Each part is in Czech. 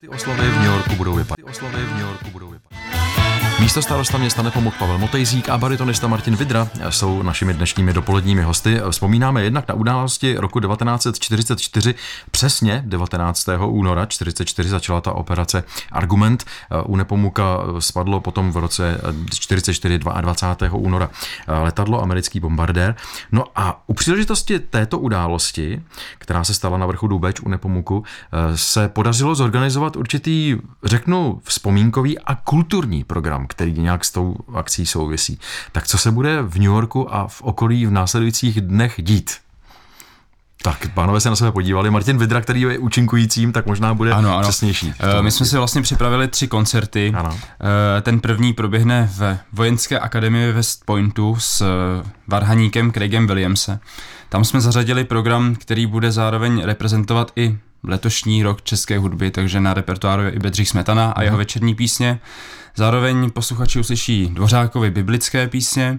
Ty oslavy v New Yorku budou vypadat. Místo starosta města Nepomuk Pavel Motejzík a baritonista Martin Vidra jsou našimi dnešními dopoledními hosty. Vzpomínáme jednak na události roku 1944, přesně 19. února 1944 začala ta operace Argument. U Nepomuka spadlo potom v roce 1944 22. února letadlo, americký bombardér. No a u příležitosti této události, která se stala na vrchu Důbeč u Nepomuku, se podařilo zorganizovat určitý, řeknu, vzpomínkový a kulturní program, který nějak s tou akcí souvisí. Tak co se bude v New Yorku a v okolí v následujících dnech dít? Tak, pánové se na sebe podívali. Martin Vidra, který je účinkujícím, tak možná bude přesnější. My jsme si vlastně připravili 3 koncerty. Ano. Ten první proběhne v Vojenské akademii West Pointu s varhaníkem Craigem Williamse. Tam jsme zařadili program, který bude zároveň reprezentovat i letošní rok české hudby, takže na repertoáru je i Bedřich Smetana a jeho večerní písně. Zároveň posluchači uslyší Dvořákovy biblické písně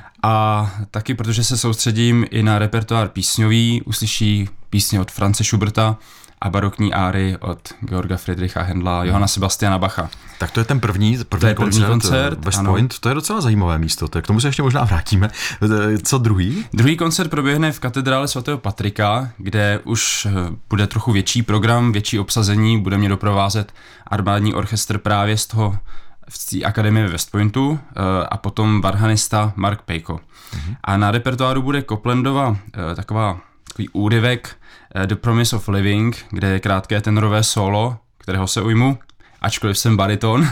a taky, protože se soustředím i na repertoár písňový, uslyší písně od Franze Schuberta a barokní áry od Georga Friedricha Händla a Johanna Sebastiana Bacha. Tak to je ten první koncert West Point, to je docela zajímavé místo, tak k tomu se ještě možná vrátíme. Co druhý? Druhý koncert proběhne v katedrále svatého Patrika, kde už bude trochu větší program, větší obsazení, bude mě doprovázet armádní orchestr právě z toho v té akademii West Pointu a potom varhanista Mark Pejko. A na repertoáru bude Coplandova takový úryvek The Promise of Living, kde je krátké tenorové solo, kterého se ujmu, ačkoliv jsem bariton.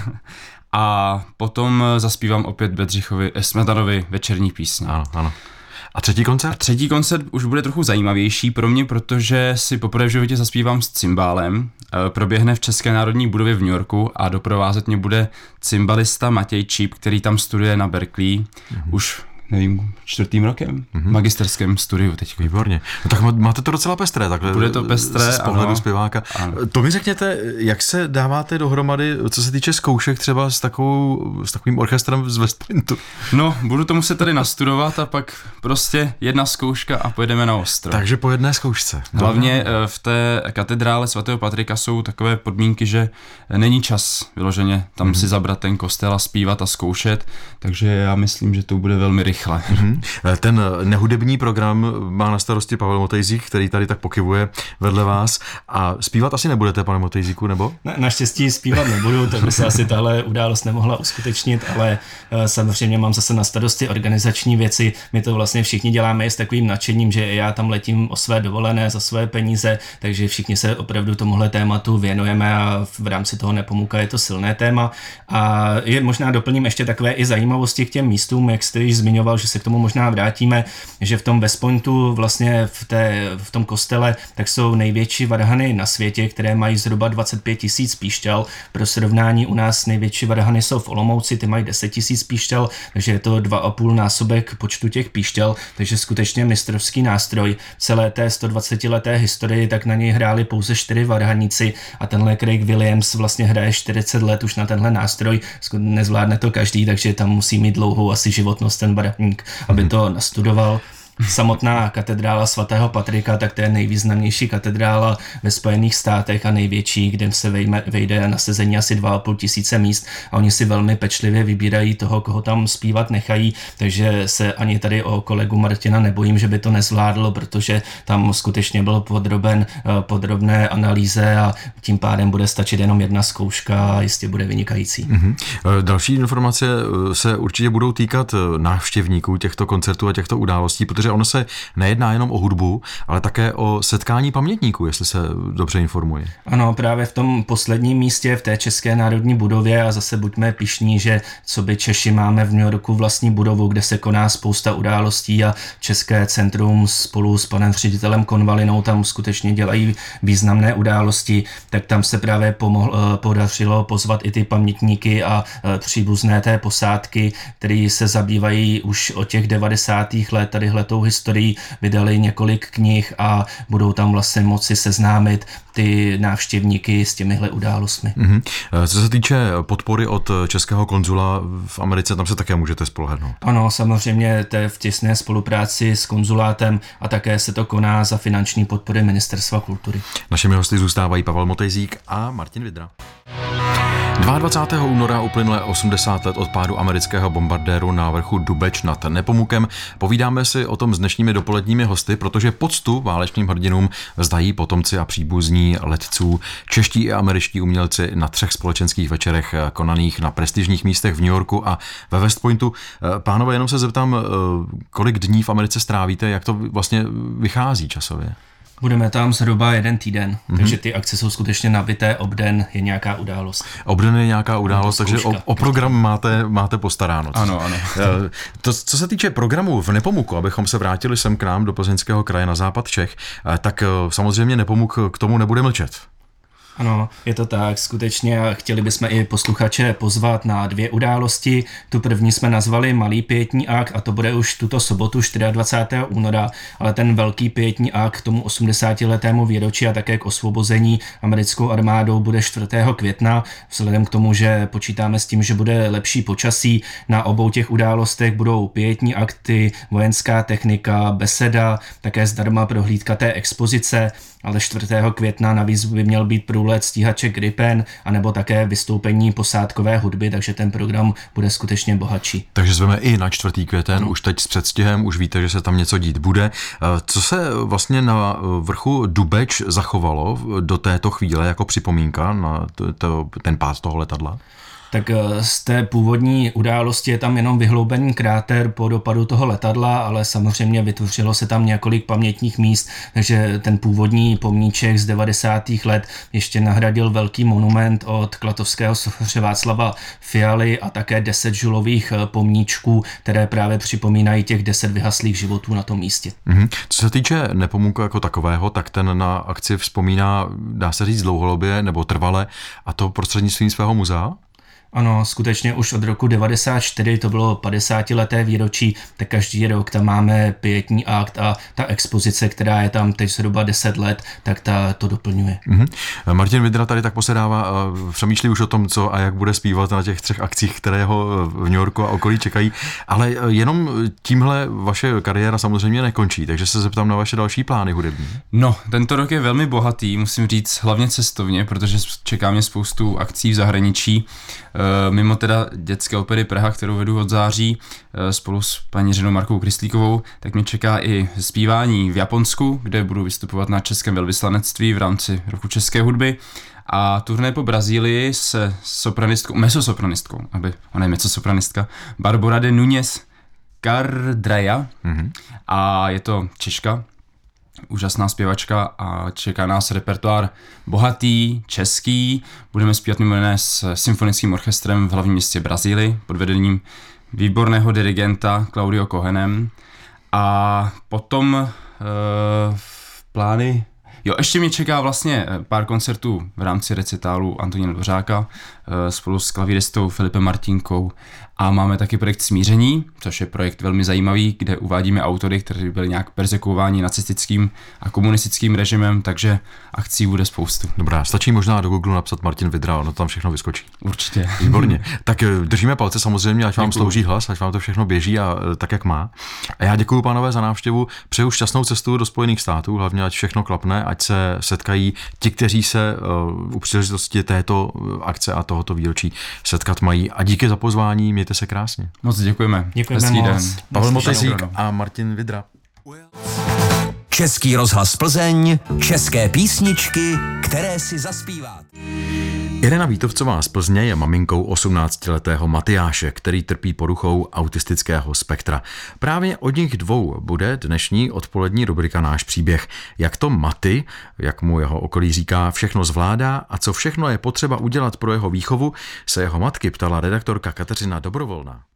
A potom zaspívám opět Bedřichovi Smetanovi večerní písně. Ano. A třetí koncert? Třetí koncert už bude trochu zajímavější pro mě, protože si poprvé v životě zaspívám s cymbálem. Proběhne v České národní budově v New Yorku a doprovázet mě bude cymbalista Matěj Číp, který tam studuje na Berkeley. Už nevím, 4. rokem, magisterském studiu teď. Výborně. No tak máte to docela pestré. Takhle bude to pestré, z pohledu zpěváka. Ano. To mi řekněte, jak se dáváte dohromady, co se týče zkoušek třeba s takovým orchestrem z West Pointu? No, budu to muset tady nastudovat a pak prostě jedna zkouška a pojedeme na ostro. Takže po jedné zkoušce. Hlavně v té katedrále svatého Patrika jsou takové podmínky, že není čas vyloženě tam si zabrat ten kostel a zpívat a zkoušet, takže já myslím, že to bude velmi rychle. Ten nehudební program má na starosti Pavel Motejzík, který tady tak pokyvuje vedle vás. A zpívat asi nebudete, pane Motejzíku, nebo? Naštěstí zpívat nebudu, tak by se asi tahle událost nemohla uskutečnit, ale samozřejmě mám zase na starosti organizační věci. My to vlastně všichni děláme s takovým nadšením, že já tam letím o své dovolené za své peníze, takže všichni se opravdu tomuhle tématu věnujeme a v rámci toho Nepomuka je to silné téma. A je možná doplním ještě takové i zajímavosti k těm místům, jak jste již zmiňoval, že se k tomu možná vrátíme, že v tom West Pointu vlastně v tom kostele tak jsou největší varhany na světě, které mají zhruba 25 000 píšťal. Pro srovnání u nás největší varhany jsou v Olomouci, ty mají 10 000 píšťal, takže je to 2,5 násobek počtu těch píšťal, takže skutečně mistrovský nástroj. Celé té 120leté historii tak na něj hráli pouze 4 varhaníci a tenhle Craig Williams vlastně hraje 40 let už na tenhle nástroj, nezvládne to každý, takže tam musí mít dlouhou asi životnost ten varhaník, aby to nastudoval. Samotná katedrála svatého Patrika, tak to je nejvýznamnější katedrála ve Spojených státech a největší, kde se vejde na sezení asi 2,5 tisíce míst a oni si velmi pečlivě vybírají toho, koho tam zpívat nechají, takže se ani tady o kolegu Martina nebojím, že by to nezvládlo, protože tam skutečně byl podroben podrobné analýze a tím pádem bude stačit jenom jedna zkouška a jistě bude vynikající. Další informace se určitě budou týkat návštěvníků těchto koncertů a těchto událostí, protože ono se nejedná jenom o hudbu, ale také o setkání pamětníků, jestli se dobře informuji. Ano, právě v tom posledním místě, v té České národní budově a zase buďme pyšní, že co by Češi máme v New Yorku vlastní budovu, kde se koná spousta událostí a České centrum spolu s panem ředitelem Konvalinou tam skutečně dělají významné události, tak tam se právě podařilo pozvat i ty pamětníky a příbuzné té posádky, který se zabývají už od těch 90. let tadyhle tou historií, vydali několik knih a budou tam vlastně moci seznámit ty návštěvníky s těmihle událostmi. Co se týče podpory od českého konzula v Americe, tam se také můžete spolehnout. Ano, samozřejmě to je v těsné spolupráci s konzulátem a také se to koná za finanční podpory Ministerstva kultury. Našimi hosty zůstávají Pavel Motejzík a Martin Vidra. 22. února uplyne 80 let od pádu amerického bombardéru na vrchu Dubeč nad Nepomukem. Povídáme si o tom s dnešními dopoledními hosty, protože poctu válečným hrdinům vzdají potomci a příbuzní letců, čeští i američtí umělci na 3 společenských večerech konaných na prestižních místech v New Yorku a ve West Pointu. Pánové, jenom se zeptám, kolik dní v Americe strávíte, jak to vlastně vychází časově? Budeme tam zhruba 1 týden, takže ty akce jsou skutečně nabité, obden je nějaká událost. Obden je nějaká událost, takže o program máte postaráno. Ano. Co se týče programu v Nepomuku, abychom se vrátili sem k nám do Plzeňského kraje na západ Čech, tak samozřejmě Nepomuk k tomu nebude mlčet. Ano, je to tak, skutečně chtěli bychom i posluchače pozvat na 2 události. Tu první jsme nazvali Malý pietní akt a to bude už tuto sobotu 24. února, ale ten velký pietní akt k tomu 80-letému výročí a také k osvobození americkou armádou bude 4. května. Vzhledem k tomu, že počítáme s tím, že bude lepší počasí, na obou těch událostech budou pietní akty, vojenská technika, beseda, také zdarma prohlídka té expozice, ale 4. května navíc by měl být průlet stíhače Gripen, anebo také vystoupení posádkové hudby, takže ten program bude skutečně bohatší. Takže zveme i na 4. květen, už teď s předstihem, už víte, že se tam něco dít bude. Co se vlastně na vrchu Dubeč zachovalo do této chvíle jako připomínka na ten pád toho letadla? Tak z té původní události je tam jenom vyhloubený kráter po dopadu toho letadla, ale samozřejmě vytvořilo se tam několik pamětních míst, takže ten původní pomníček z 90. let ještě nahradil velký monument od klatovského sochaře Václava Fialy a také 10 žulových pomníčků, které právě připomínají těch 10 vyhaslých životů na tom místě. Co se týče Nepomuku jako takového, tak ten na akci vzpomíná, dá se říct, dlouhodobě nebo trvale, a to prostřednictvím svého muzea? Ano, skutečně už od roku 94, to bylo 50leté výročí, tak každý rok tam máme pietní akt a ta expozice, která je tam teď zhruba 10 let, tak ta to doplňuje. Martin Vidra tady tak posedává, přemýšlí už o tom, co a jak bude zpívat na těch 3 akcích, které ho v New Yorku a okolí čekají, ale jenom tímhle vaše kariéra samozřejmě nekončí, takže se zeptám na vaše další plány hudební. No, tento rok je velmi bohatý, musím říct, hlavně cestovně, protože čeká mě spoustu akcí v zahraničí. Mimo teda dětské opery Praha, kterou vedu od září spolu s paní ženou Markou Kryslíkovou, tak mě čeká i zpívání v Japonsku, kde budu vystupovat na českém velvyslanectví v rámci roku české hudby, a turné po Brazílii se mezosopranistkou, ona je mezzosopranistka, Barbora de Núñez Cardraja, a je to Češka, úžasná zpěvačka, a čeká nás repertoár bohatý, český. Budeme zpívat mimo jiné s symfonickým orchestrem v hlavním městě Brazílii pod vedením výborného dirigenta Claudio Cohenem. A potom plány... ještě mě čeká vlastně pár koncertů v rámci recitálu Antonína Dvořáka spolu s klavíristou Filipem Martinkou, a máme taky projekt Smíření, což je projekt velmi zajímavý, kde uvádíme autory, kteří byli nějak perzekuováni nacistickým a komunistickým režimem, takže akcí bude spoustu. Dobrá, stačí možná do Google napsat Martin Vidra, ono tam všechno vyskočí. Určitě. Výborně. Tak držíme palce samozřejmě, ať vám slouží hlas, ať vám to všechno běží a tak, jak má. A já děkuji, pánové, za návštěvu. Přeju šťastnou cestu do Spojených států, hlavně ať všechno klapne, ať se setkají ti, kteří se u příležitosti této akce a tohoto výročí setkat mají. A díky za pozvání, mějte se krásně. Moc děkujeme. Děkujeme moc. Pavel Motejzík a Martin Vidra. Český rozhlas Plzeň, české písničky, které si zaspívat. Irena Vítovcová z Plzně je maminkou 18letého Matyáše, který trpí poruchou autistického spektra. Právě od nich 2 bude dnešní odpolední rubrika Náš příběh. Jak to Maty, jak mu jeho okolí říká, všechno zvládá a co všechno je potřeba udělat pro jeho výchovu, se jeho matky ptala redaktorka Kateřina Dobrovolná.